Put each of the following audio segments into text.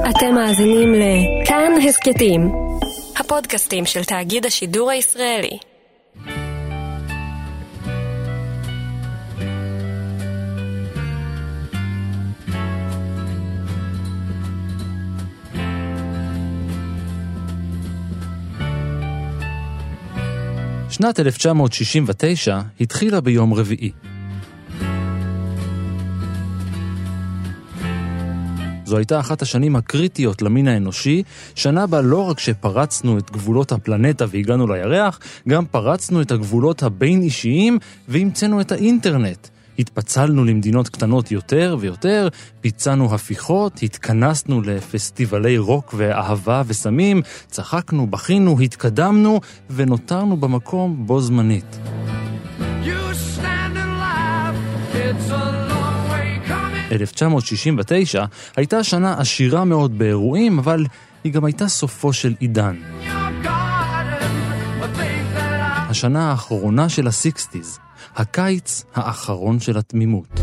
אתם מאזינים לכאן הסקטים, הפודקאסטים של תאגיד השידור הישראלי. שנת 1969 התחילה ביום רביעי. זו הייתה אחת השנים הקריטיות למין האנושי, שנה בה לא רק שפרצנו את גבולות הפלנטה והגענו לירח, גם פרצנו את הגבולות הבין אישיים והמצאנו את האינטרנט. התפצלנו למדינות קטנות יותר ויותר, פיצענו הפיכות, התכנסנו לפסטיבלי רוק ואהבה וסמים, צחקנו, בכינו, התקדמנו ונותרנו במקום בו זמנית. 1969 הייתה שנה עשירה מאוד באירועים, אבל היא גם הייתה סופו של עידן. השנה האחרונה של ה-60s, הקיץ האחרון של התמימות.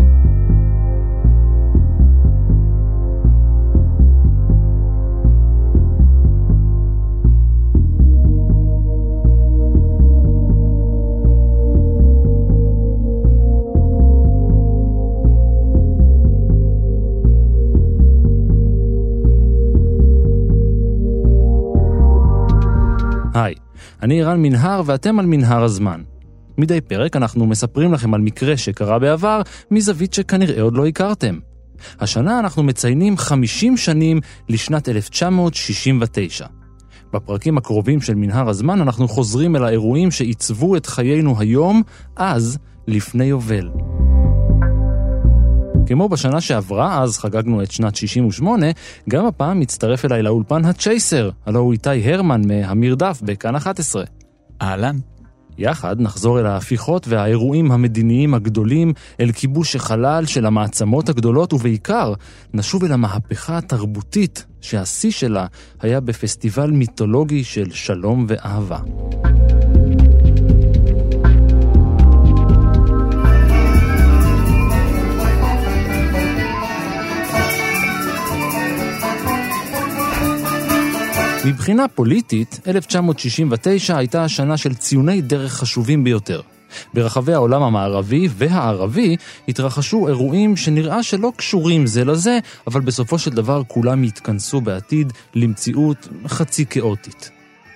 היי, אני אירן מנהר ואתם על מנהר הזמן. מדי פרק אנחנו מספרים לכם על מקרה שקרה בעבר מזווית שכנראה עוד לא הכרתם. השנה אנחנו מציינים 50 שנים לשנת 1969. בפרקים הקרובים של מנהר הזמן אנחנו חוזרים אל האירועים שעיצבו את חיינו היום, אז לפני יובל. כמו בשנה שעברה, אז חגגנו את שנת 68, גם הפעם מצטרף אליי לאולפן הצ'ייסר, הלא הוא איתי הרמן מהמרדף בכאן 11. אהלן. יחד נחזור אל ההפיכות והאירועים המדיניים הגדולים, אל כיבוש החלל של המעצמות הגדולות, ובעיקר נשוב אל המהפכה התרבותית שהשיא שלה היה בפסטיבל מיתולוגי של שלום ואהבה. מבחינה פוליטית, 1969 הייתה השנה של ציוני דרך חשובים ביותר. ברחבי העולם המערבי והערבי התרחשו אירועים שנראה שלא קשורים זה לזה, אבל בסופו של דבר כולם יתכנסו בעתיד למציאות חצי כאוטית.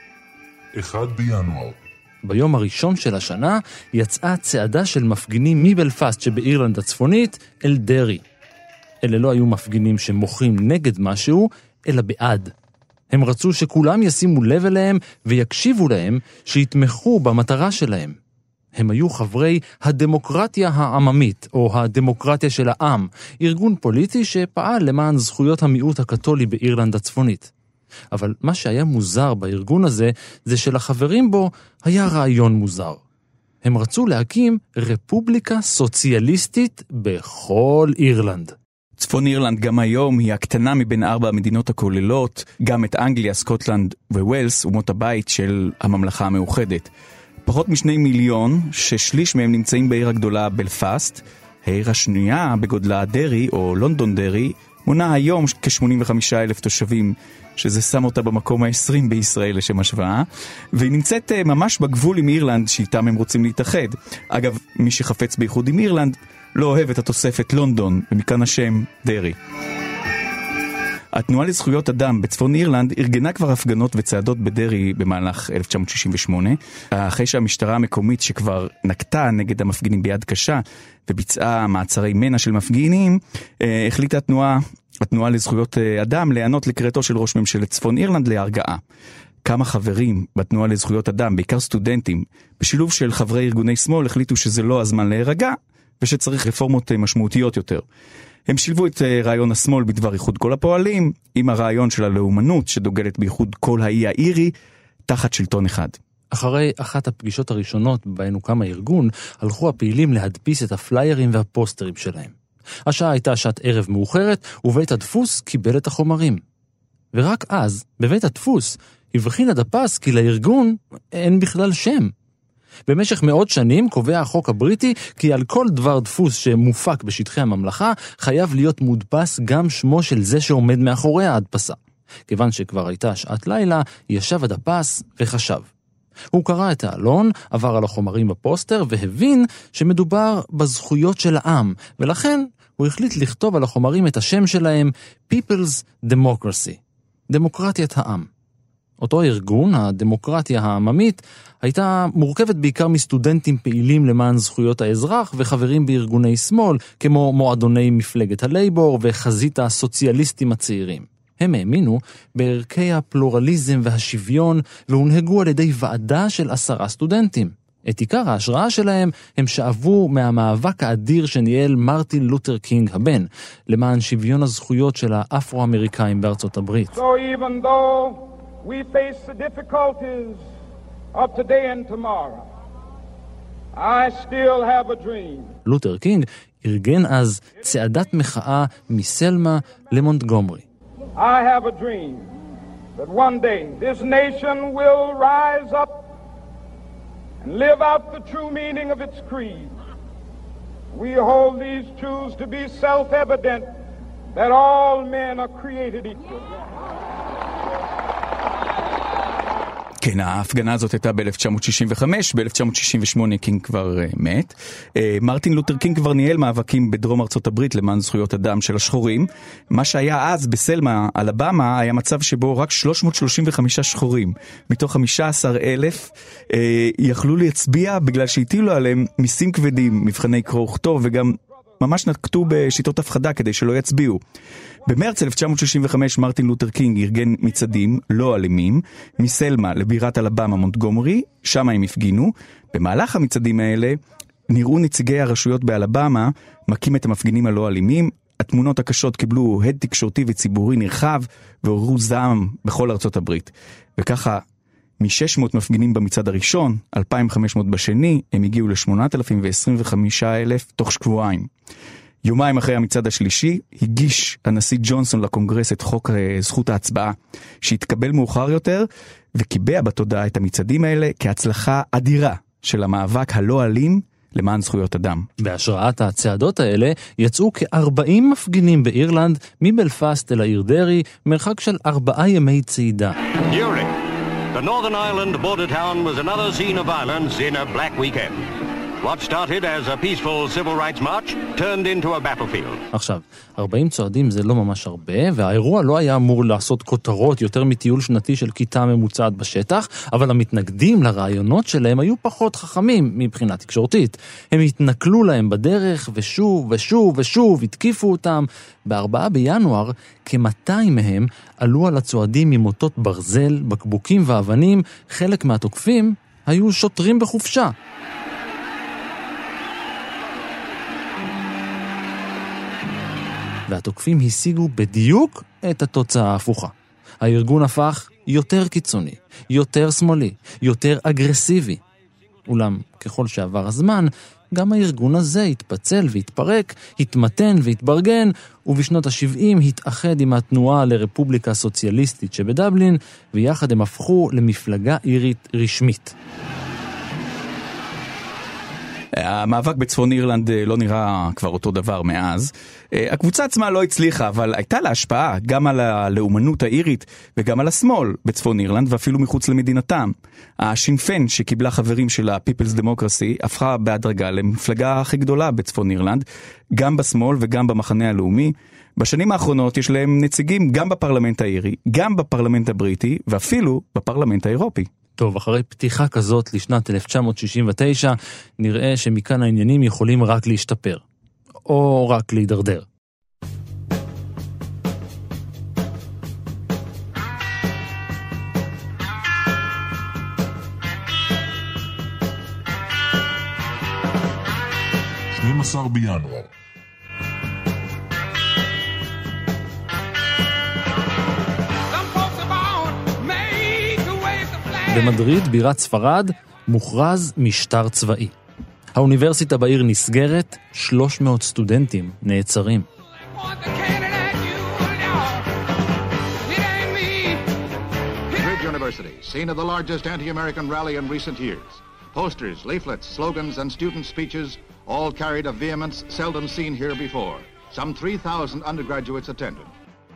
1 בינואר. ביום הראשון של השנה יצאה צעדה של מפגינים מבלפאסט שבאירלנד הצפונית אל דרי. אלה לא היו מפגינים שמוחים נגד משהו, אלא בעד. הם רצו שכולם ישימו לב אליהם ויקשיבו להם, שיתמכו במטרה שלהם. הם היו חברי הדמוקרטיה העממית, או הדמוקרטיה של העם, ארגון פוליטי שפעל למען זכויות המיעוט הקתולי באירלנד הצפונית. אבל מה שהיה מוזר בארגון הזה, זה שלחברים בו היה רעיון מוזר. הם רצו להקים רפובליקה סוציאליסטית בכל אירלנד. צפון אירלנד גם היום היא הקטנה מבין 4 המדינות הכוללות, גם את אנגליה, סקוטלנד וווילס, אומות הבית של הממלכה המאוחדת. פחות מ2 מיליון, ששליש מהם נמצאים בעיר הגדולה בלפאסט. העיר השנייה בגודלה דרי, או לונדון דרי, מונה היום כ-85,000 תושבים, שזה שם אותה במקום ה-20 בישראל לשם השוואה, והיא נמצאת ממש בגבול עם אירלנד שאיתם הם רוצים להתאחד. אגב, מי שחפץ באיחוד עם אירלנד, לא אוהב את התוספת לונדון, ומכאן השם דרי. התנועה לזכויות אדם בצפון אירלנד ארגנה כבר הפגנות וצעדות בדרי במהלך 1968, אחרי שהמשטרה המקומית שכבר נקטה נגד המפגינים ביד קשה, וביצעה מעצרי מנע של מפגינים, החליטה התנועה לזכויות אדם להיענות לקריאתו של ראש ממשלת צפון אירלנד להרגעה. כמה חברים בתנועה לזכויות אדם, בעיקר סטודנטים, בשילוב של חברי ארגוני שמאל, החליטו שזה לא הזמן להירגע, ושצריך רפורמות משמעותיות יותר. הם שילבו את רעיון השמאל בדבר איחוד כל הפועלים, עם הרעיון של הלאומנות שדוגלת באיחוד כל האי האירי, תחת שלטון אחד. אחרי אחת הפגישות הראשונות בהן הוקם הארגון, הלכו הפעילים להדפיס את הפליירים והפוסטרים שלהם. השעה הייתה שעת ערב מאוחרת, ובית הדפוס קיבל את החומרים. ורק אז, בבית הדפוס, הבחין הדפס כי לארגון אין בכלל שם. במשך מאות שנים קובע החוק הבריטי כי על כל דבר דפוס שמופק בשטחי הממלכה חייב להיות מודפס גם שמו של זה שעומד מאחורי ההדפסה. כיוון שכבר הייתה שעת לילה, ישב הדפס וחשב. הוא קרא את העלון, עבר על החומרים בפוסטר והבין שמדובר בזכויות של העם, ולכן הוא החליט לכתוב על החומרים את השם שלהם People's Democracy, דמוקרטיית העם. אותו ארגון, הדמוקרטיה העממית, הייתה מורכבת בעיקר מסטודנטים פעילים למען זכויות האזרח וחברים בארגוני שמאל, כמו מועדוני מפלגת הלייבור וחזית הסוציאליסטים הצעירים. הם האמינו בערכי הפלורליזם והשוויון והונהגו על ידי ועדה של 10 סטודנטים. את עיקר ההשראה שלהם הם שאבו מהמאבק האדיר שניהל מרטין לותר קינג הבן למען שוויון הזכויות של האפרו-אמריקאים בארצות הברית. So even though we face the difficulties of today and tomorrow, I still have a dream. לותר קינג ארגן אז צעדת מחאה מסלמה למונטגומרי. I have a dream that one day this nation will rise up and live out the true meaning of its creed. We hold these truths to be self-evident that all men are created equal. כן, ההפגנה הזאת הייתה ב-1965, ב-1968 קינג כבר מת. מרטין לותר קינג כבר ניהל מאבקים בדרום ארצות הברית למען זכויות אדם של השחורים. מה שהיה אז בסלמה, אלבמה, היה מצב שבו רק 335 שחורים, מתוך 15,000, יכלו להצביע בגלל שהטילו עליהם מיסים כבדים, מבחני קרוא וכתוב, וגם ממש נקטו בשיטות הפחדה כדי שלא יצביעו. במרץ 1965 מרטין לותר קינג ארגן מצעדים לא אלימים מסלמה לבירת אלבמה מונטגומרי, שם הם הפגינו. במהלך המצעדים האלה נראו נציגי הרשויות באלבמה מכים את המפגינים הלא אלימים. התמונות הקשות קיבלו הד תקשורתי וציבורי נרחב ועוררו זעם בכל ארצות הברית. וככה מ-600 מפגינים במצעד הראשון, 2,500 בשני, הם הגיעו ל-8,025,000 תוך שבועיים. יומיים אחרי המצעד השלישי, הגיש הנשיא ג'ונסון לקונגרס את חוק זכות ההצבעה, שהתקבל מאוחר יותר, וקיבע בתודעה את המצעדים האלה כהצלחה אדירה של המאבק הלא אלים למען זכויות אדם. בהשראת הצעדות האלה יצאו כ-40 מפגינים באירלנד, מבלפאסט אל העיר דרי, מרחק של 4 ימי צעידה. During the Northern Ireland border town was another scene of violence in a black weekend. What started as a peaceful civil rights march turned into a battlefield. עכשיו, 40 צועדים זה לא ממש הרבה, והאירוע לא היה אמור לעשות כותרות יותר מטיול שנתי של כיתה ממוצעת בשטח, אבל המתנגדים לרעיונות שלהם היו פחות חכמים מבחינה תקשורתית. הם התנכלו להם בדרך, ושוב ושוב ושוב התקיפו אותם. ב4 בינואר, כ-200 מהם עלו על הצועדים עם מוטות ברזל, בקבוקים ואבנים. חלק מהתוקפים היו שוטרים בחופשה. והתוקפים השיגו בדיוק את התוצאה ההפוכה. הארגון הפך יותר קיצוני, יותר שמאלי, יותר אגרסיבי. אולם ככל שעבר הזמן, גם הארגון הזה התפצל והתפרק, התמתן והתברגן, ובשנות ה-70 התאחד עם התנועה לרפובליקה הסוציאליסטית שבדבלין, ויחד הם הפכו למפלגה אירית רשמית. המאבק בצפון אירלנד לא נראה כבר אותו דבר מאז. הקבוצה עצמה לא הצליחה, אבל הייתה לה השפעה גם על הלאומנות האירית וגם על השמאל בצפון אירלנד ואפילו מחוץ למדינתם. השינפן שקיבלה חברים של ה-People's Democracy הפכה בהדרגה למפלגה הכי גדולה בצפון אירלנד, גם בשמאל וגם במחנה הלאומי. בשנים האחרונות יש להם נציגים גם בפרלמנט האירי, גם בפרלמנט הבריטי ואפילו בפרלמנט האירופי. טוב, אחרי פתיחה כזאת לשנת 1969, נראה שמכאן העניינים יכולים רק להשתפר. או רק להידרדר. בינואר. במדריד, בירת ספרד, מוכרז משטר צבאי. האוניברסיטה בעיר נסגרת, 300 סטודנטים נעצרים. Madrid University, scene of the largest anti-American rally in recent years. Posters, leaflets, slogans, and student speeches all carried a vehemence seldom seen here before. Some 3,000 undergraduates attended.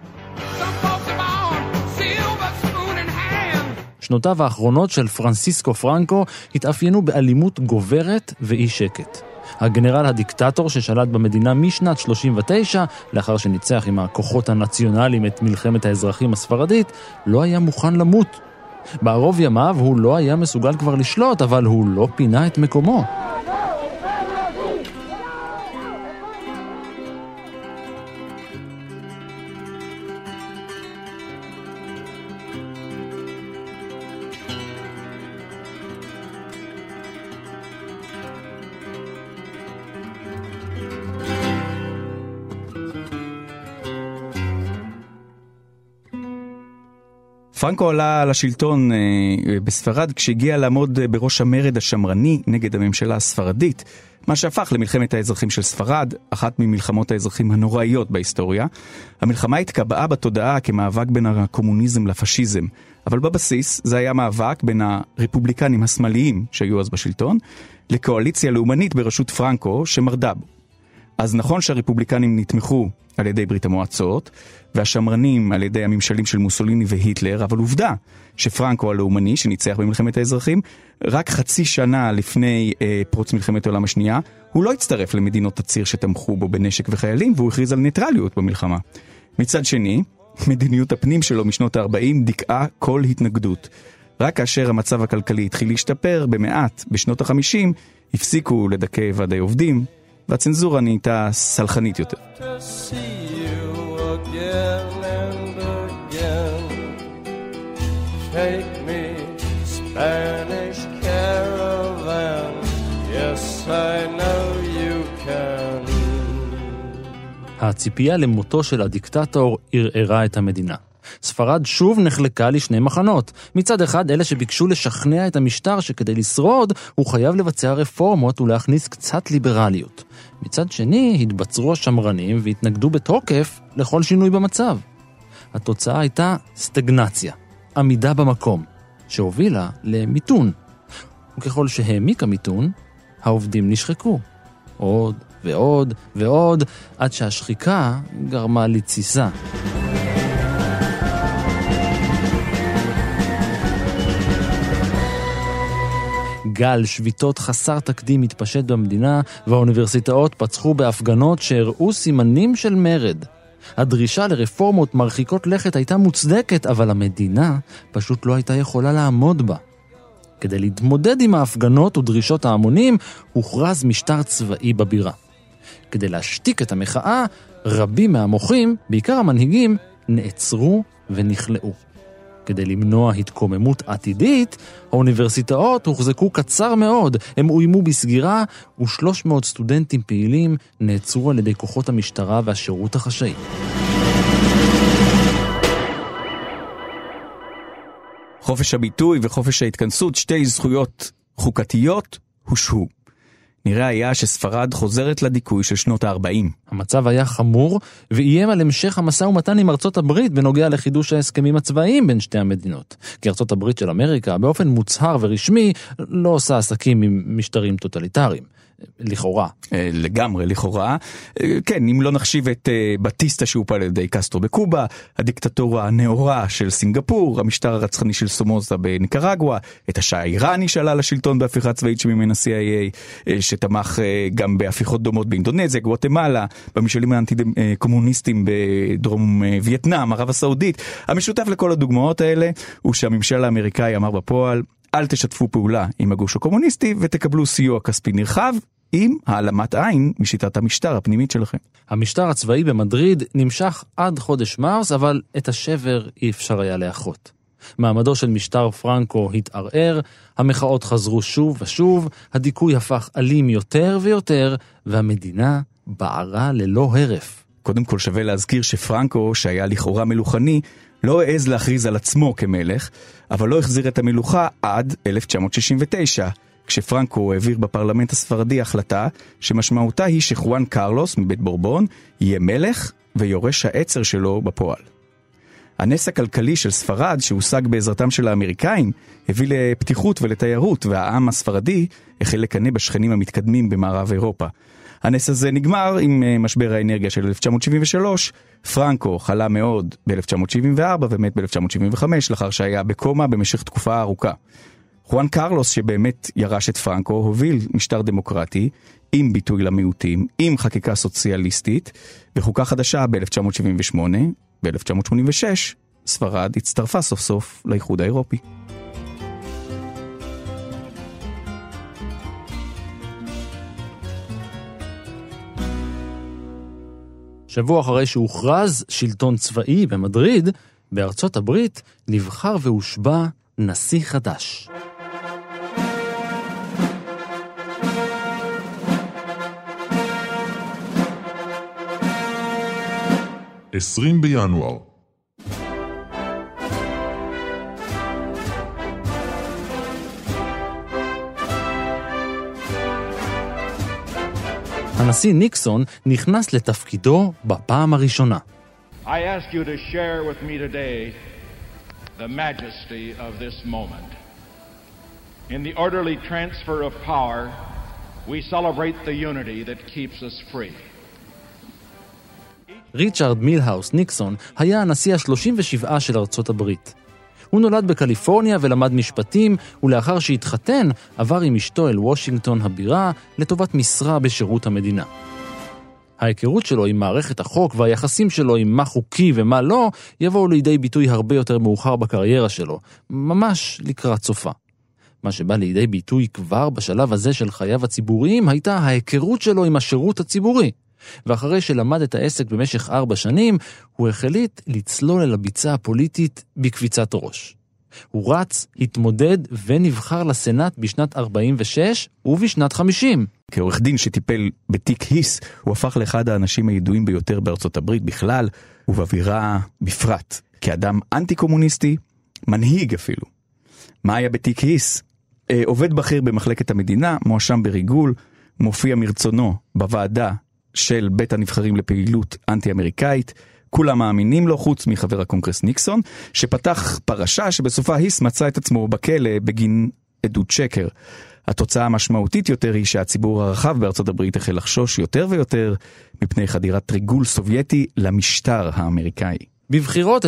שנותיו האחרונות של פרנסיסקו פרנקו התאפיינו באלימות גוברת ואי שקט. הגנרל הדיקטטור ששלט במדינה משנת 39, לאחר שניצח עם הכוחות הנציונליים את מלחמת האזרחים הספרדית, לא היה מוכן למות. בערוב ימיו הוא לא היה מסוגל כבר לשלוט, אבל הוא לא פינה את מקומו. פרנקו עלה לשלטון בספרד כשהגיע לעמוד בראש המרד השמרני נגד הממשלה הספרדית, מה שהפך למלחמת האזרחים של ספרד, אחת ממלחמות האזרחים הנוראיות בהיסטוריה. המלחמה התקבעה בתודעה כמאבק בין הקומוניזם לפשיזם, אבל בבסיס זה היה מאבק בין הרפובליקנים השמאליים שהיו אז בשלטון, לקואליציה לאומנית בראשות פרנקו שמרדה בו. אז נכון שהרפובליקנים נתמכו על ידי ברית המועצות, והשמרנים על ידי הממשלים של מוסוליני והיטלר, אבל עובדה שפרנקו הלאומני שניצח במלחמת האזרחים, רק חצי שנה לפני פרוץ מלחמת העולם השנייה, הוא לא הצטרף למדינות הציר שתמכו בו בנשק וחיילים, והוא הכריז על ניטרליות במלחמה. מצד שני, מדיניות הפנים שלו משנות ה-40 דיכאה כל התנגדות. רק כאשר המצב הכלכלי התחיל להשתפר במעט בשנות ה-50, הפסיקו לדכא ועדי עובדים, והצנזורה נהייתה סלחנית יותר. Take me, Spanish caravan. Yes, I know you can. הציפייה למותו של הדיקטטור ערערה את המדינה. ספרד שוב נחלקה לשני מחנות. מצד אחד, אלה שביקשו לשכנע את המשטר שכדי לשרוד, הוא חייב לבצע רפורמות ולהכניס קצת ליברליות. מצד שני, התבצרו השמרנים והתנגדו בתוקף לכל שינוי במצב. התוצאה הייתה סטגנציה, עמידה במקום, שהובילה למיתון. וככל שהעמיק המיתון, העובדים נשחקו. עוד ועוד ועוד, עד שהשחיקה גרמה לתסיסה. גל שביתות חסר תקדים התפשט במדינה, והאוניברסיטאות פצחו בהפגנות שהראו סימנים של מרד. הדרישה לרפורמות מרחיקות לכת הייתה מוצדקת, אבל המדינה פשוט לא הייתה יכולה לעמוד בה. כדי להתמודד עם ההפגנות ודרישות ההמונים, הוכרז משטר צבאי בבירה. כדי להשתיק את המחאה, רבים מהמוחים, בעיקר המנהיגים, נעצרו ונכלאו. כדי למנוע התקוממות עתידית, האוניברסיטאות הוחזקו קצר מאוד, הם אוימו בסגירה, ו300 סטודנטים פעילים נעצרו על ידי כוחות המשטרה והשירות החשאי. חופש הביטוי וחופש ההתכנסות, שתי זכויות חוקתיות, הושהו. נראה היה שספרד חוזרת לדיכוי של שנות ה-40. המצב היה חמור, ואיים על המשך המשא ומתן עם ארצות הברית בנוגע לחידוש ההסכמים הצבאיים בין שתי המדינות. כי ארצות הברית של אמריקה, באופן מוצהר ורשמי, לא עושה עסקים עם משטרים טוטליטריים. לכאורה. לגמרי, לכאורה. כן, אם לא נחשיב את בטיסטה שהופל על ידי קסטרו בקובה, הדיקטטורה הנאורה של סינגפור, המשטר הרצחני של סומוזה בניקרגואה, את השאה האיראני שעלה לשלטון בהפיכה צבאית שממנה CIA, שתמך גם בהפיכות דומות באינדונזיה, גואטמלה, במשלים האנטי-קומוניסטים בדרום וייטנאם, ערב הסעודית. המשותף לכל הדוגמאות האלה הוא שהממשל האמריקאי אמר בפועל, אל תשתפו פעולה עם הגוש הקומוניסטי ותקבלו סיוע כספי נרחב עם העלמת עין משיטת המשטר הפנימית שלכם. המשטר הצבאי במדריד נמשך עד חודש מרס, אבל את השבר אי אפשר היה לאחות. מעמדו של משטר פרנקו התערער, המחאות חזרו שוב ושוב, הדיכוי הפך אלים יותר ויותר, והמדינה בערה ללא הרף. קודם כל שווה להזכיר שפרנקו, שהיה לכאורה מלוכני, לא העז להכריז על עצמו כמלך, אבל לא החזיר את המלוכה עד 1969, כשפרנקו העביר בפרלמנט הספרדי החלטה שמשמעותה היא שחואן קרלוס מבית בורבון יהיה מלך ויורש העצר שלו בפועל. הנס הכלכלי של ספרד, שהושג בעזרתם של האמריקאים, הביא לפתיחות ולתיירות, והעם הספרדי החל לקנא בשכנים המתקדמים במערב אירופה. הנס הזה נגמר עם משבר האנרגיה של 1973, פרנקו חלה מאוד ב-1974 ומת ב-1975, לאחר שהיה בקומה במשך תקופה ארוכה. חואן קרלוס, שבאמת ירש את פרנקו, הוביל משטר דמוקרטי, עם ביטוי למיעוטים, עם חקיקה סוציאליסטית, וחוקה חדשה ב-1978, ב-1986, ספרד הצטרפה סוף סוף לאיחוד האירופי. שבוע אחרי שהוכרז שלטון צבאי במדריד, בארצות הברית נבחר והושבע נשיא חדש. בינואר. הנשיא ניקסון נכנס לתפקידו בפעם הראשונה. I ask you to share with me today the majesty of this moment. In the orderly transfer of power, we celebrate the unity that keeps us free. ריצ'רד מילהאוס ניקסון היה הנשיא ה-37 של ארצות הברית. הוא נולד בקליפורניה ולמד משפטים, ולאחר שהתחתן עבר עם אשתו אל וושינגטון הבירה לטובת משרה בשירות המדינה. ההיכרות שלו עם מערכת החוק והיחסים שלו עם מה חוקי ומה לא יבואו לידי ביטוי הרבה יותר מאוחר בקריירה שלו, ממש לקראת סופה. מה שבא לידי ביטוי כבר בשלב הזה של חייו הציבוריים הייתה ההיכרות שלו עם השירות הציבורי. ואחרי שלמד את העסק במשך 4 שנים, הוא החליט לצלול אל הביצה הפוליטית בקפיצת ראש. הוא רץ, התמודד ונבחר לסנאט בשנת 46 ובשנת 50. כעורך דין שטיפל בתיק היס, הוא הפך לאחד האנשים הידועים ביותר בארצות הברית בכלל, ובאווירה בפרט. כאדם אנטי-קומוניסטי, מנהיג אפילו. מה היה בתיק היס? עובד בכיר במחלקת המדינה, מואשם בריגול, מופיע מרצונו בוועדה של בית הנבחרים לפעילות אנטי-אמריקאית, כולם מאמינים לו חוץ מחבר הקונגרס ניקסון, שפתח פרשה שבסופה היס מצא את עצמו בכלא בגין עדות שקר. התוצאה המשמעותית יותר היא שהציבור הרחב בארצות הברית החל לחשוש יותר ויותר מפני חדירת ריגול סובייטי למשטר האמריקאי. בבחירות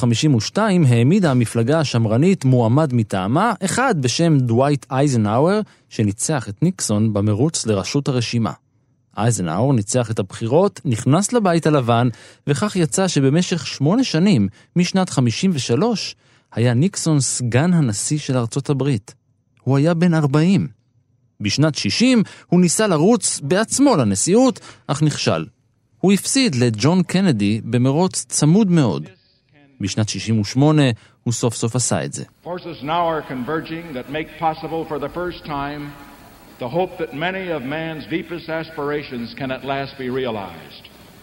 1952 העמידה המפלגה השמרנית מועמד מטעמה, אחד בשם דווייט אייזנהאואר, שניצח את ניקסון במרוץ לראשות הרשימה. אייזנהאואר ניצח את הבחירות, נכנס לבית הלבן, וכך יצא שבמשך 8 שנים, משנת 53, היה ניקסון סגן הנשיא של ארצות הברית. הוא היה בן 40. בשנת 60 הוא ניסה לרוץ בעצמו לנשיאות, אך נכשל. הוא הפסיד לג'ון קנדי במרוץ צמוד מאוד. בשנת 68 הוא סוף סוף עשה את זה. Forces now are converging that make possible for the first time the hope that many of man's deepest aspirations can at last be realized.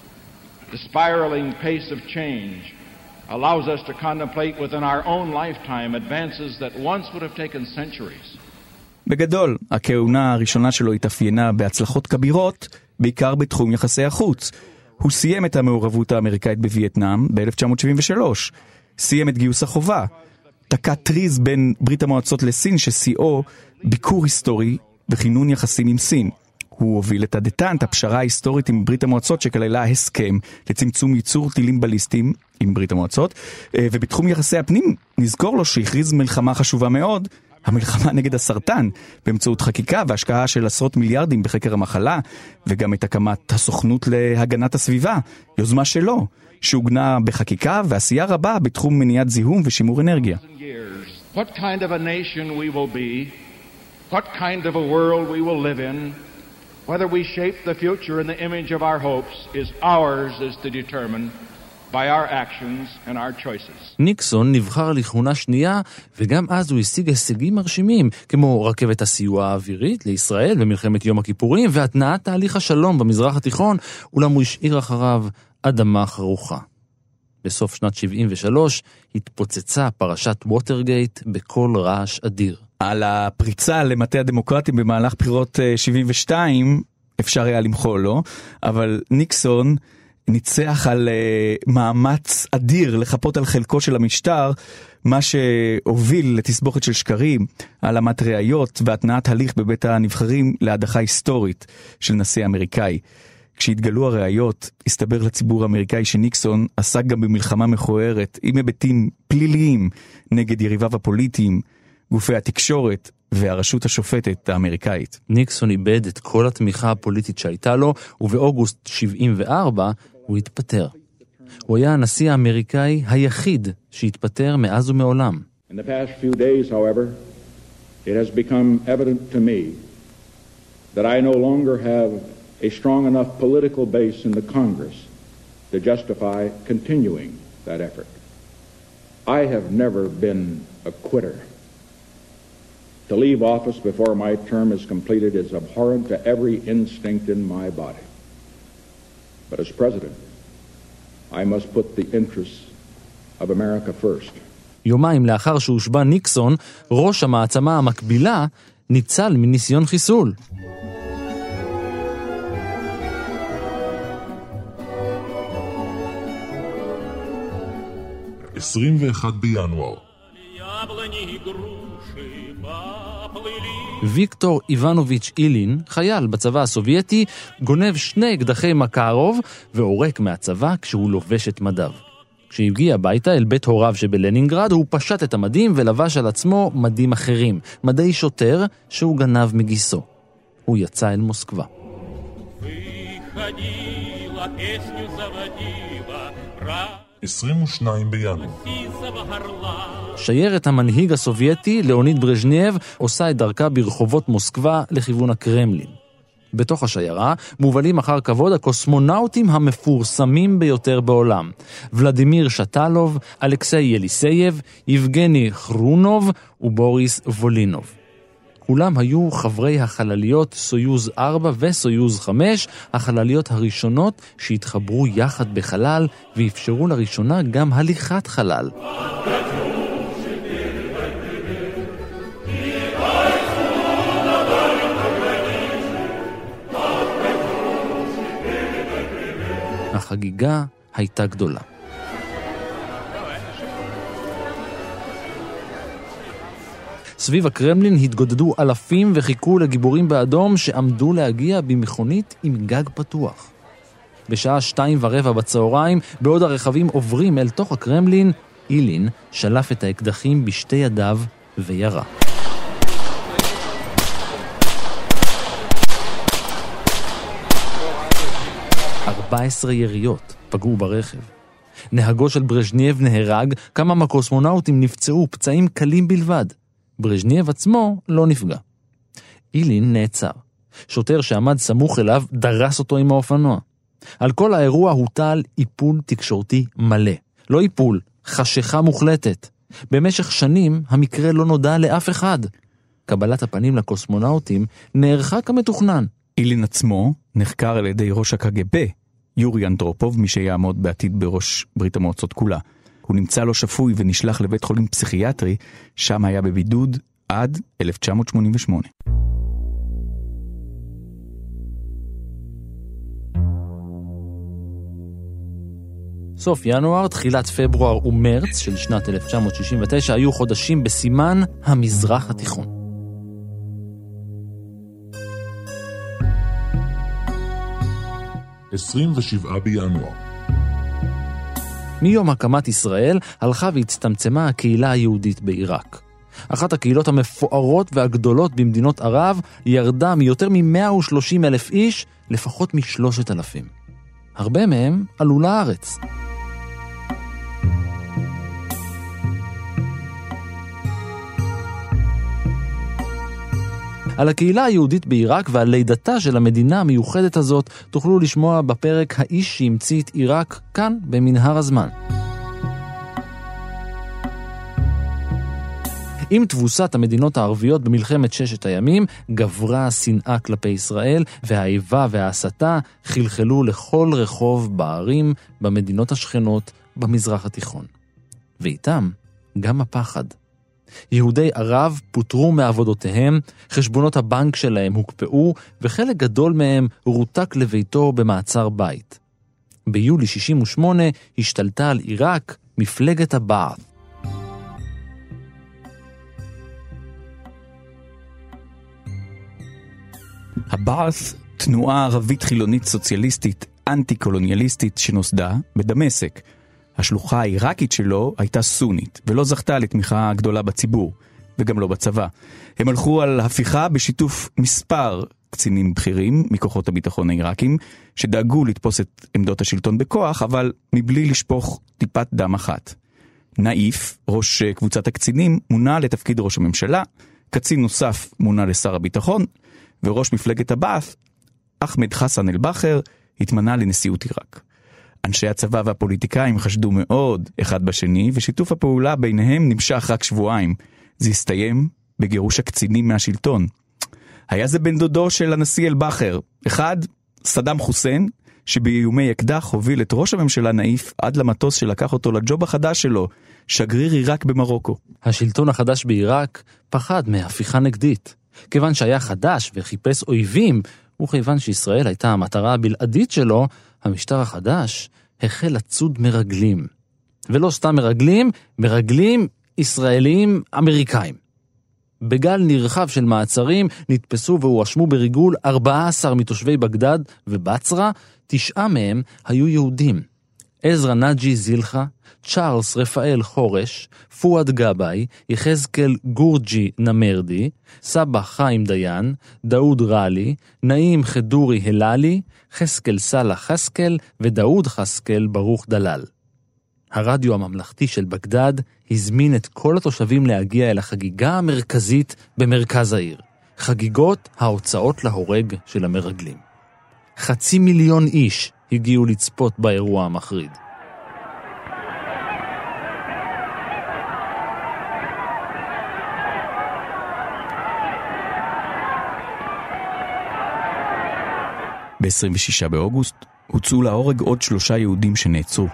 The spiraling pace of change allows us to contemplate within our own lifetime advances that once would have taken centuries. בגדול, הכהונה הראשונה שלו התאפיינה בהצלחות כבירות, בעיקר בתחום יחסי החוץ. הוא סיים את המעורבות האמריקאית בווייטנאם ב-1973, סיים את גיוס החובה, תקע טריז בין ברית המועצות לסין ששיאו ביקור היסטורי וכינון יחסים עם סין. הוא הוביל את הדטנט, הפשרה ההיסטורית עם ברית המועצות שכללה הסכם לצמצום ייצור טילים בליסטיים עם ברית המועצות, ובתחום יחסי הפנים נזכור לו שהכריז מלחמה חשובה מאוד, המלחמה נגד הסרטן, באמצעות חקיקה והשקעה של עשרות מיליארדים בחקר המחלה, וגם את הקמת הסוכנות להגנת הסביבה, יוזמה שלו, שהוגנה בחקיקה ועשייה רבה בתחום מניעת זיהום ושימור אנרגיה. What kind of a nation we will be, what kind of a world we will live in, whether we shape the future in the image of our hopes, is ours is to determine by our actions and our choices. ניקסון נבחר לכהונה שנייה, וגם אז הוא השיג הישגים מרשימים, כמו רכבת הסיוע האווירית לישראל במלחמת יום הכיפורים, והתנעת תהליך השלום במזרח התיכון, אולם הוא השאיר אחריו אדמה חרוכה. בסוף שנת 73 התפוצצה פרשת ווטרגייט בכל רעש אדיר. על הפריצה למטה הדמוקרטים במהלך בחירות 72 אפשר היה למחול לו, אבל ניקסון ניצח על מאמץ אדיר לחפות על חלקו של המשטר, מה שהוביל לתסבוכת של שקרים, העלמת ראיות והתנעת הליך בבית הנבחרים להדחה היסטורית של נשיא אמריקאי. כשהתגלו הראיות, הסתבר לציבור האמריקאי שניקסון עסק גם במלחמה מכוערת עם היבטים פליליים נגד יריביו הפוליטיים, גופי התקשורת והרשות השופטת האמריקאית. ניקסון איבד את כל התמיכה הפוליטית שהייתה לו, ובאוגוסט 74 הוא התפטר. הוא היה הנשיא האמריקאי היחיד שהתפטר מאז ומעולם. In the past few days, however, it has become evident to me that I no longer have a strong enough political base in the Congress to justify continuing that effort. I have never been a quitter. To leave office before my term is completed is abhorrent to every instinct in my body. But as president, I must put the interests of America first. יומיים לאחר שהושבע ניקסון, ראש המעצמה המקבילה ניצל מניסיון חיסול. ב 21 בינואר. ויקטור איבנוביץ' אילין, חייל בצבא הסובייטי, גונב 2 אקדחי מקרוב ועורק מהצבא כשהוא לובש את מדיו. כשהגיע הביתה אל בית הוריו שבלנינגרד, הוא פשט את המדים ולבש על עצמו מדים אחרים, מדי שוטר שהוא גנב מגיסו. הוא יצא אל מוסקבה. 22 בינואר. שיירת המנהיג הסובייטי, לאוניד ברז'נייב, עושה את דרכה ברחובות מוסקבה לכיוון הקרמלין. בתוך השיירה מובלים אחר כבוד הקוסמונאוטים המפורסמים ביותר בעולם. ולדימיר שטלוב, אלכסיי יליסייב, יבגני חרונוב ובוריס וולינוב. כולם היו חברי החלליות סויוז 4 וסויוז 5, החלליות הראשונות שהתחברו יחד בחלל ואפשרו לראשונה גם הליכת חלל. החגיגה הייתה גדולה. סביב הקרמלין התגודדו אלפים וחיכו לגיבורים באדום שעמדו להגיע במכונית עם גג פתוח. בשעה 2:15 בצהריים, בעוד הרכבים עוברים אל תוך הקרמלין, אילין שלף את האקדחים בשתי ידיו וירה. יריות פגעו ברכב. נהגו של ברז'נייב נהרג, כמה מהקוסמונאוטים נפצעו פצעים קלים בלבד. ברז'נייב עצמו לא נפגע. אילין נעצר. שוטר שעמד סמוך אליו דרס אותו עם האופנוע. על כל האירוע הוטל איפול תקשורתי מלא. לא איפול, חשיכה מוחלטת. במשך שנים המקרה לא נודע לאף אחד. קבלת הפנים לקוסמונאוטים נערכה כמתוכנן. אילין עצמו נחקר על ידי ראש הקג"ב, יורי אנדרופוב, מי שיעמוד בעתיד בראש ברית המועצות כולה. הוא נמצא לא שפוי ונשלח לבית חולים פסיכיאטרי, שם היה בבידוד עד 1988. סוף ינואר, תחילת פברואר ומרץ של שנת 1969 היו חודשים בסימן המזרח התיכון. ב 27 בינואר. מיום הקמת ישראל הלכה והצטמצמה הקהילה היהודית בעיראק. אחת הקהילות המפוארות והגדולות במדינות ערב ירדה מיותר מ-130,000 איש לפחות מ-3,000. הרבה מהם עלו לארץ. על הקהילה היהודית בעיראק ועל לידתה של המדינה המיוחדת הזאת תוכלו לשמוע בפרק האיש שהמציא את עיראק כאן במנהר הזמן. עם תבוסת המדינות הערביות במלחמת ששת הימים גברה השנאה כלפי ישראל, והאיבה וההסתה חלחלו לכל רחוב בערים במדינות השכנות במזרח התיכון. ואיתם גם הפחד. יהודי ערב פוטרו מעבודותיהם, חשבונות הבנק שלהם הוקפאו, וחלק גדול מהם רותק לביתו במעצר בית. ביולי 68 השתלטה על עיראק מפלגת הבעת'. הבעת', תנועה ערבית חילונית סוציאליסטית אנטי-קולוניאליסטית שנוסדה בדמשק. השלוחה העיראקית שלו הייתה סונית, ולא זכתה לתמיכה גדולה בציבור, וגם לא בצבא. הם הלכו על הפיכה בשיתוף מספר קצינים בכירים מכוחות הביטחון העיראקים, שדאגו לתפוס את עמדות השלטון בכוח, אבל מבלי לשפוך טיפת דם אחת. נאיף, ראש קבוצת הקצינים, מונה לתפקיד ראש הממשלה, קצין נוסף מונה לשר הביטחון, וראש מפלגת הבעת', אחמד חסן אל-בחר, התמנה לנשיאות עיראק. אנשי הצבא והפוליטיקאים חשדו מאוד אחד בשני, ושיתוף הפעולה ביניהם נמשך רק שבועיים. זה הסתיים בגירוש הקצינים מהשלטון. היה זה בן דודו של הנשיא אל-בחר, אחד, סדאם חוסיין, שבאיומי אקדח הוביל את ראש הממשלה נאיף עד למטוס שלקח אותו לג'וב החדש שלו, שגריר עיראק במרוקו. השלטון החדש בעיראק פחד מהפיכה נגדית. כיוון שהיה חדש וחיפש אויבים, וכיוון שישראל הייתה המטרה הבלעדית שלו, המשטר החדש החל לצוד מרגלים. ולא סתם מרגלים, מרגלים ישראלים אמריקאים. בגל נרחב של מעצרים נתפסו והואשמו בריגול 14 מתושבי בגדד ובצרה, 9 מהם היו יהודים. עזרא נג'י זילחה, צ'ארלס רפאל חורש, פואד גבאי, יחזקאל גורג'י נמרדי, סבא חיים דיין, דאוד רלי, נעים חדורי הללי, חסקל סלח חסקל ודאוד חסקל ברוך דלל. הרדיו הממלכתי של בגדד הזמין את כל התושבים להגיע אל החגיגה המרכזית במרכז העיר. חגיגות ההוצאות להורג של המרגלים. 500,000 איש הגיעו לצפות באירוע המחריד. ב-26 באוגוסט הוצאו להורג עוד 3 יהודים שנעצרו.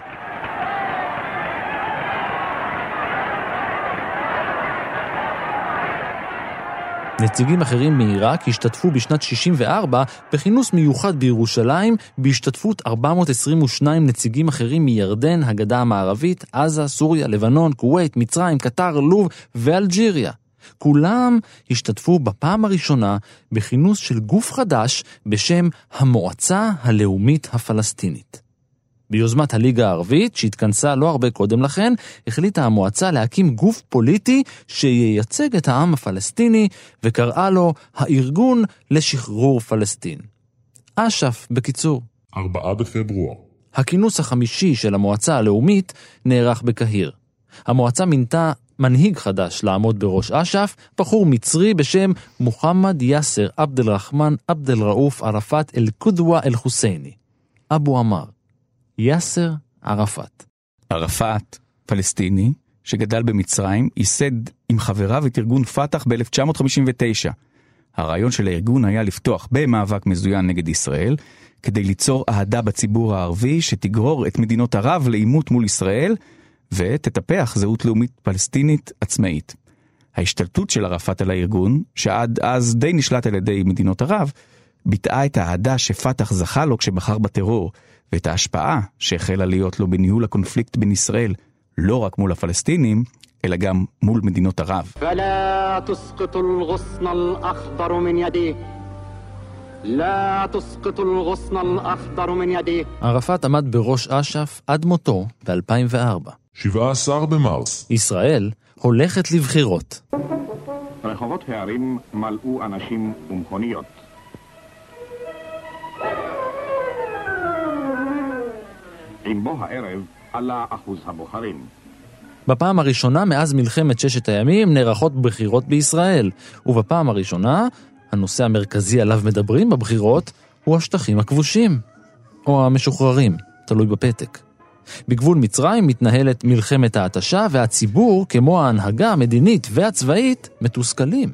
נציגים אחרים מעיראק השתתפו בשנת 64 בכינוס מיוחד בירושלים בהשתתפות 422 נציגים אחרים מירדן, הגדה המערבית, עזה, סוריה, לבנון, כווית, מצרים, קטר, לוב ואלג'יריה. כולם השתתפו בפעם הראשונה בכינוס של גוף חדש בשם המועצה הלאומית הפלסטינית. ביוזמת הליגה הערבית, שהתכנסה לא הרבה קודם לכן, החליטה המועצה להקים גוף פוליטי שייצג את העם הפלסטיני, וקראה לו הארגון לשחרור פלסטין. אש"ף בקיצור. 4 בפברואר. הכינוס החמישי של המועצה הלאומית נערך בקהיר. המועצה מינתה מנהיג חדש לעמוד בראש אש"ף, בחור מצרי בשם מוחמד יאסר עבד אל-רחמן עבד אל-ראוף ערפאת אל-קודווה אל-חוסייני. אבו עמר. יאסר ערפאת. ערפאת, פלסטיני, שגדל במצרים, ייסד עם חבריו את ארגון פתח ב-1959. הרעיון של הארגון היה לפתוח במאבק מזוין נגד ישראל, כדי ליצור אהדה בציבור הערבי שתגרור את מדינות ערב לעימות מול ישראל, ותטפח זהות לאומית פלסטינית עצמאית. ההשתלטות של ערפאת על הארגון, שעד אז די נשלט על ידי מדינות ערב, ביטאה את האהדה שפתח זכה לו כשבחר בטרור, ואת ההשפעה שהחלה להיות לו בניהול הקונפליקט בין ישראל, לא רק מול הפלסטינים, אלא גם מול מדינות ערב. فلا تسقط الغصن الأخضر من يديه. لا تسقط الغصن الأخضر من يديه. ערפאת עמד בראש אש"ף עד מותו ב-2004. 17 במרס. ישראל הולכת לבחירות. רחובות הערים מלאו אנשים ומכוניות. עם בוא הערב עלה אחוז הבוחרים. בפעם הראשונה מאז מלחמת 6 הימים נערכות בחירות בישראל, ובפעם הראשונה הנושא המרכזי עליו מדברים בבחירות הוא השטחים הכבושים, או המשוחררים, תלוי בפתק. בגבול מצרים מתנהלת מלחמת ההתשה, והציבור, כמו ההנהגה המדינית והצבאית, מתוסכלים.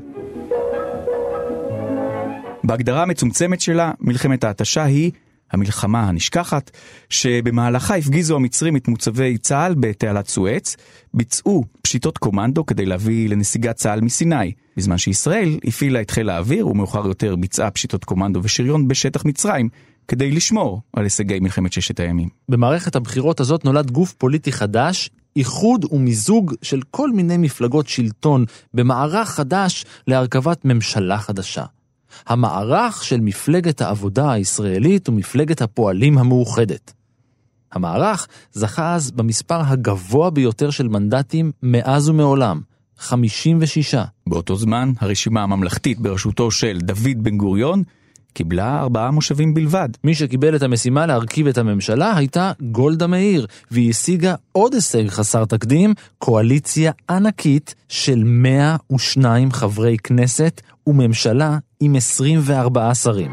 בהגדרה המצומצמת שלה, מלחמת ההתשה היא המלחמה הנשכחת, שבמהלכה הפגיזו המצרים את מוצבי צה"ל בתעלת סואץ, ביצעו פשיטות קומנדו כדי להביא לנסיגת צה"ל מסיני, בזמן שישראל הפעילה את חיל האוויר, ומאוחר יותר ביצעה פשיטות קומנדו ושריון בשטח מצרים, כדי לשמור על הישגי מלחמת ששת הימים. במערכת הבחירות הזאת נולד גוף פוליטי חדש, איחוד ומיזוג של כל מיני מפלגות שלטון במערך חדש להרכבת ממשלה חדשה. המערך של מפלגת העבודה הישראלית ומפלגת הפועלים המאוחדת. המערך זכה אז במספר הגבוה ביותר של מנדטים מאז ומעולם, 56. באותו זמן, הרשימה הממלכתית בראשותו של דוד בן גוריון קיבלה 4 מושבים בלבד. מי שקיבל את המשימה להרכיב את הממשלה הייתה גולדה מאיר, והיא השיגה עוד הישג חסר תקדים, קואליציה ענקית של 102 חברי כנסת וממשלה עם 24 שרים.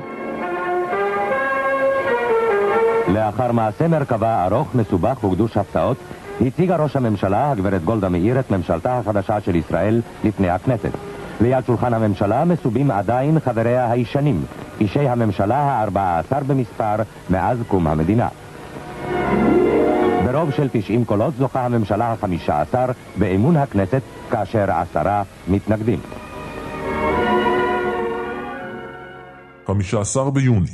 לאחר מעשה מרכבה ארוך, מסובך וגדוש הפתעות, הציגה ראש הממשלה, הגברת גולדה מאיר, את ממשלתה החדשה של ישראל לפני הכנסת. ליד שולחן הממשלה מסובים עדיין חבריה הישנים, אישי הממשלה ה-14 במספר מאז קום המדינה. ברוב של 90 קולות זוכה הממשלה ה-15 באמון הכנסת, כאשר 10 מתנגדים. 15 ביוני.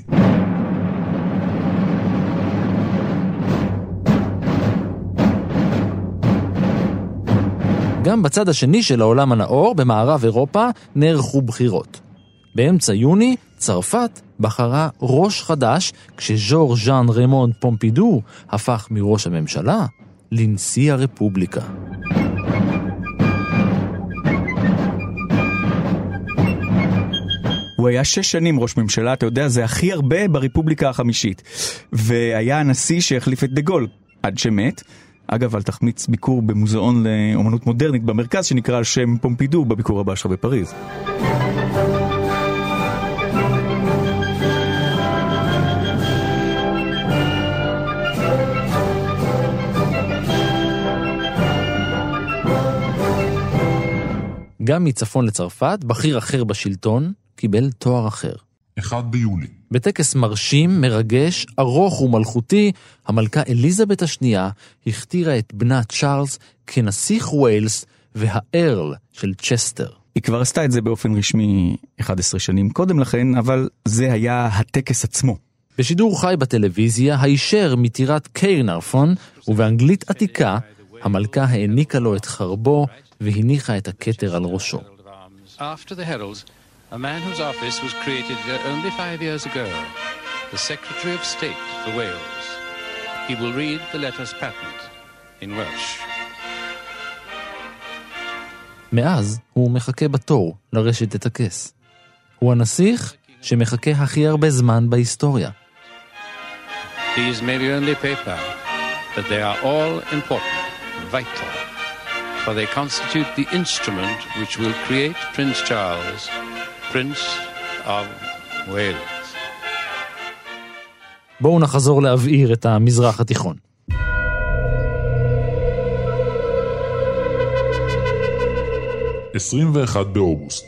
גם בצד השני של העולם הנאור, במערב אירופה, נערכו בחירות. באמצע יוני, צרפת בחרה ראש חדש, כשז'ור ז'אן רמון פומפידו הפך מראש הממשלה לנשיא הרפובליקה. הוא היה 6 שנים ראש ממשלה, אתה יודע, זה הכי הרבה ברפובליקה החמישית. והיה הנשיא שהחליף את דה גול, עד שמת. אגב, על תחמיץ ביקור במוזיאון לאומנות מודרנית במרכז, שנקרא על שם פומפידו בביקור הבא שלך בפריז. גם מצפון לצרפת, בכיר אחר בשלטון קיבל תואר אחר. 1 ביולי. בטקס מרשים, מרגש, ארוך ומלכותי, המלכה אליזבת השנייה הכתירה את בנה צ'ארלס כנסיך ווילס והארל של צ'סטר. היא כבר עשתה את זה באופן רשמי 11 שנים קודם לכן, אבל זה היה הטקס עצמו. בשידור חי בטלוויזיה, הישר מטירת קירנרפון, ובאנגלית עתיקה, המלכה העניקה לו את חרבו והניחה את הכתר על ראשו. After the heralds, a man whose office was created only 5 years ago, the Secretary of State for Wales. He will read the letters patent in Welsh. מאז הוא מחכה בתור לרשת את הכס. הוא הנסיך שמחכה הכי הרבה זמן בהיסטוריה. These may be only paper, but they are all important, vital, for they constitute the instrument which will create Prince Charles, Prince of Wales. בואו נחזור להבעיר את המזרח התיכון. ב 21 באוגוסט.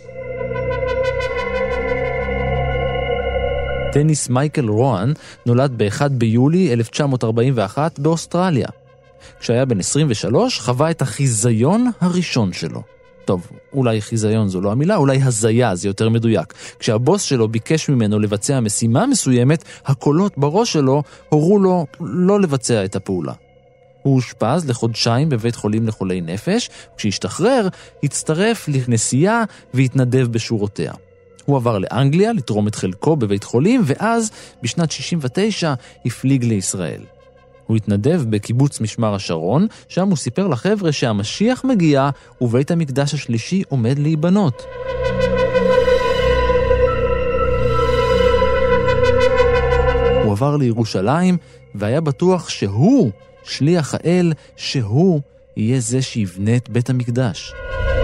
דניס מייקל רואן נולד ב-1 ביולי 1941 באוסטרליה. כשהיה בן 23 חווה את החיזיון הראשון שלו. טוב, אולי חיזיון זו לא המילה, אולי הזיה זה יותר מדויק. כשהבוס שלו ביקש ממנו לבצע משימה מסוימת, הקולות בראש שלו הורו לו לא לבצע את הפעולה. הוא הושפז לחודשיים בבית חולים לחולי נפש, כשהשתחרר הצטרף לנסיעה והתנדב בשורותיה. הוא עבר לאנגליה לתרום את חלקו בבית חולים, ואז בשנת 69 הפליג לישראל. הוא התנדב בקיבוץ משמר השרון, שם הוא סיפר לחבר'ה שהמשיח מגיע ובית המקדש השלישי עומד להיבנות. הוא עבר לירושלים והיה בטוח שהוא שליח האל, שהוא יהיה זה שיבנה את בית המקדש.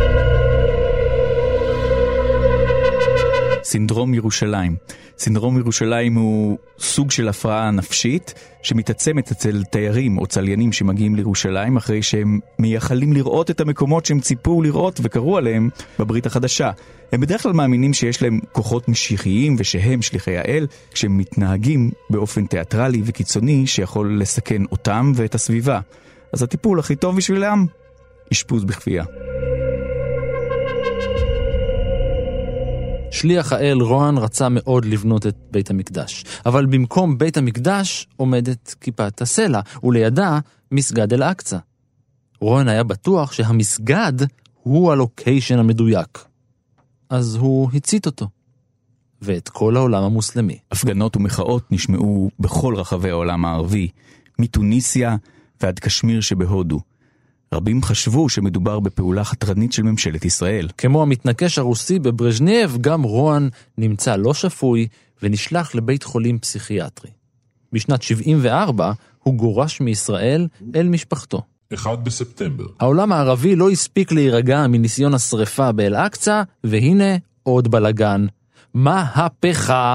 סינדרום ירושלים. סינדרום ירושלים הוא סוג של הפרעה נפשית שמתעצמת אצל תיירים או צליינים שמגיעים לירושלים אחרי שהם מייחלים לראות את המקומות שהם ציפו לראות וקראו עליהם בברית החדשה. הם בדרך כלל מאמינים שיש להם כוחות משיחיים ושהם שליחי האל, כשהם מתנהגים באופן תיאטרלי וקיצוני שיכול לסכן אותם ואת הסביבה. אז הטיפול הכי טוב בשבילם, אשפוז בכפייה. שליח האל רוהן רצה מאוד לבנות את בית המקדש, אבל במקום בית המקדש עומדת כיפת הסלע, ולידה מסגד אל-אקצה. רוהן היה בטוח שהמסגד הוא הלוקיישן המדויק. אז הוא הצית אותו. ואת כל העולם המוסלמי. הפגנות ומחאות נשמעו בכל רחבי העולם הערבי, מתוניסיה ועד קשמיר שבהודו. רבים חשבו שמדובר בפעולה חתרנית של ממשלת ישראל. כמו המתנקש הרוסי בברז'נייב, גם רוהן נמצא לא שפוי ונשלח לבית חולים פסיכיאטרי. בשנת 74 הוא גורש מישראל אל משפחתו. 1 בספטמבר. העולם הערבי לא הספיק להירגע מניסיון השריפה באל-אקצה, והנה עוד בלגן. מהפכה.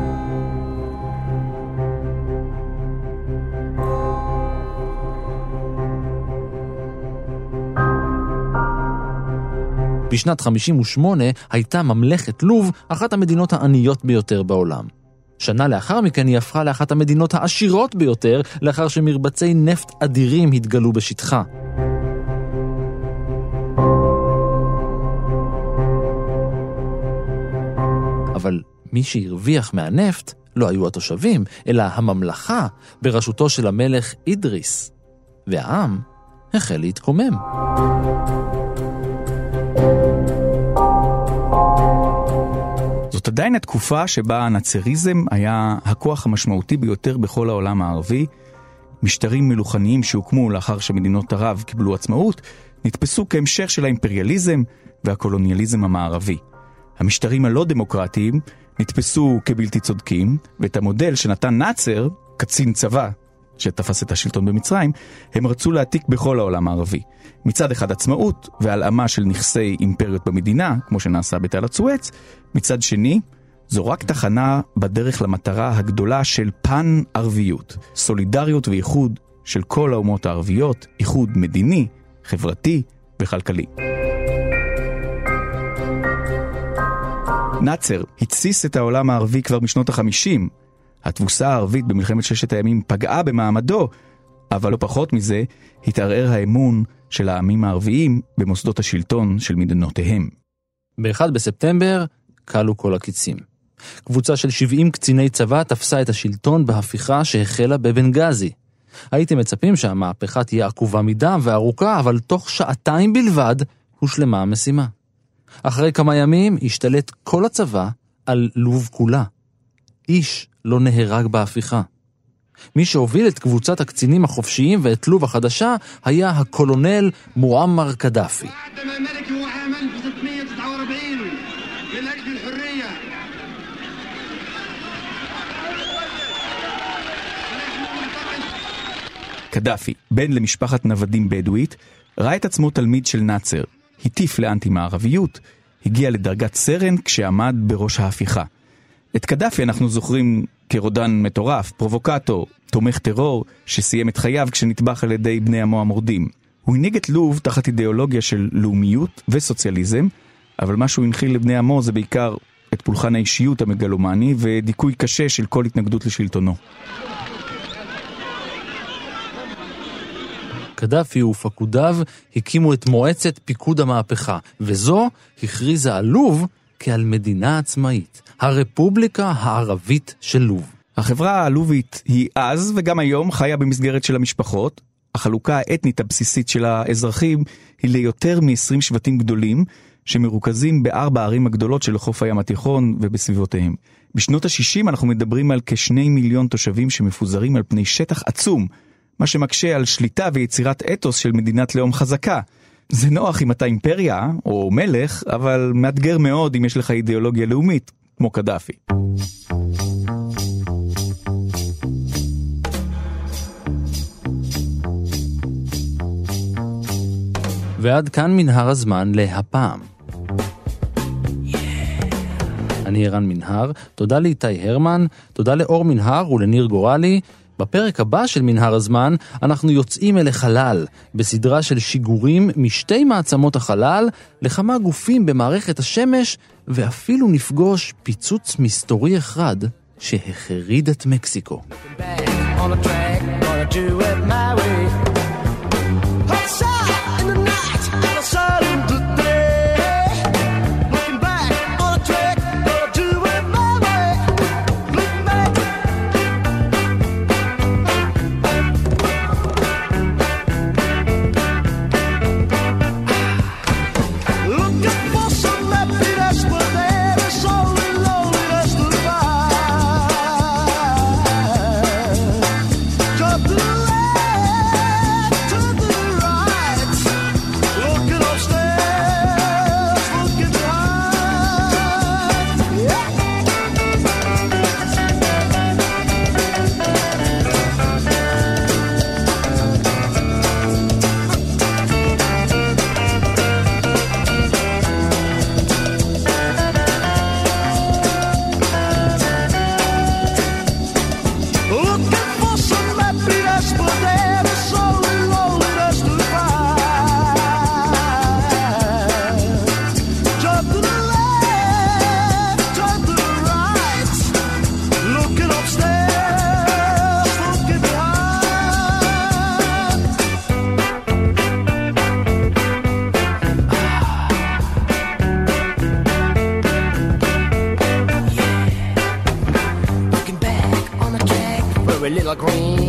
בשנת 58 הייתה ממלכת לוב אחת המדינות העניות ביותר בעולם. שנה לאחר מכן היא הפכה לאחת המדינות העשירות ביותר, לאחר שמרבצי נפט אדירים התגלו בשטחה. אבל מי שהרוויח מהנפט לא היו התושבים, אלא הממלכה בראשותו של המלך אידריס. והעם החל להתקומם. זאת עדיין התקופה שבה הנאצריזם היה הכוח המשמעותי ביותר בכל העולם הערבי. משטרים מלוכניים שהוקמו לאחר שמדינות ערב קיבלו עצמאות, נתפסו כהמשך של האימפריאליזם והקולוניאליזם המערבי. המשטרים הלא דמוקרטיים נתפסו כבלתי צודקים, ואת המודל שנתן נאצר, קצין צבא שתפס את השלטון במצרים, הם רצו להעתיק בכל העולם הערבי. מצד אחד עצמאות והלאמה של נכסי אימפריות במדינה, כמו שנעשה בתעלת סואץ, מצד שני, זו רק תחנה בדרך למטרה הגדולה של פן ערביות, סולידריות ואיחוד של כל האומות הערביות, איחוד מדיני, חברתי וכלכלי. נאצר התסיס את העולם הערבי כבר משנות ה-50. התבוסה הערבית במלחמת ששת הימים פגעה במעמדו, אבל לא פחות מזה, התערער האמון של העמים הערביים במוסדות השלטון של מדינותיהם. ב-1 בספטמבר קלו כל הקיצים. קבוצה של 70 קציני צבא תפסה את השלטון בהפיכה שהחלה בבנגזי. הייתם מצפים שהמהפכה תהיה עקובה מדם וארוכה, אבל תוך שעתיים בלבד הושלמה המשימה. אחרי כמה ימים השתלט כל הצבא על לוב כולה. איש לא נהרג בהפיכה. מי שהוביל את קבוצת הקצינים החופשיים ואת לוב החדשה היה הקולונל מועמר קדאפי. קדאפי, בן למשפחת נוודים בדואית, ראה את עצמו תלמיד של נאצר, הטיף לאנטי-מערביות, הגיע לדרגת סרן כשעמד בראש ההפיכה. את קדאפי אנחנו זוכרים כרודן מטורף, פרובוקטור, תומך טרור, שסיים את חייו כשנטבח על ידי בני עמו המורדים. הוא הנהיג את לוב תחת אידיאולוגיה של לאומיות וסוציאליזם, אבל מה שהוא הנחיל לבני עמו זה בעיקר את פולחן האישיות המגלומני ודיכוי קשה של כל התנגדות לשלטונו. קדאפי ופקודיו הקימו את מועצת פיקוד המהפכה, וזו הכריזה על לוב כעל מדינה עצמאית, הרפובליקה הערבית של לוב. החברה הלובית היא אז וגם היום חיה במסגרת של המשפחות. החלוקה האתנית הבסיסית של האזרחים היא ליותר מ-20 שבטים גדולים, שמרוכזים ב4 הערים הגדולות של חוף הים התיכון ובסביבותיהם. בשנות ה-60 אנחנו מדברים על כ2 מיליון תושבים שמפוזרים על פני שטח עצום, מה שמקשה על שליטה ויצירת אתוס של מדינת לאום חזקה. זה נוח אם אתה אימפריה או מלך, אבל מאתגר מאוד אם יש לך אידיאולוגיה לאומית, כמו קדאפי. ועד כאן מנהר הזמן להפעם. אני ערן מנהר, תודה לאיתי הרמן, תודה לאור מנהר ולניר גורלי. בפרק הבא של מנהר הזמן אנחנו יוצאים אל החלל, בסדרה של שיגורים משתי מעצמות החלל לכמה גופים במערכת השמש, ואפילו נפגוש פיצוץ מסתורי אחד שהחריד את מקסיקו. a little green.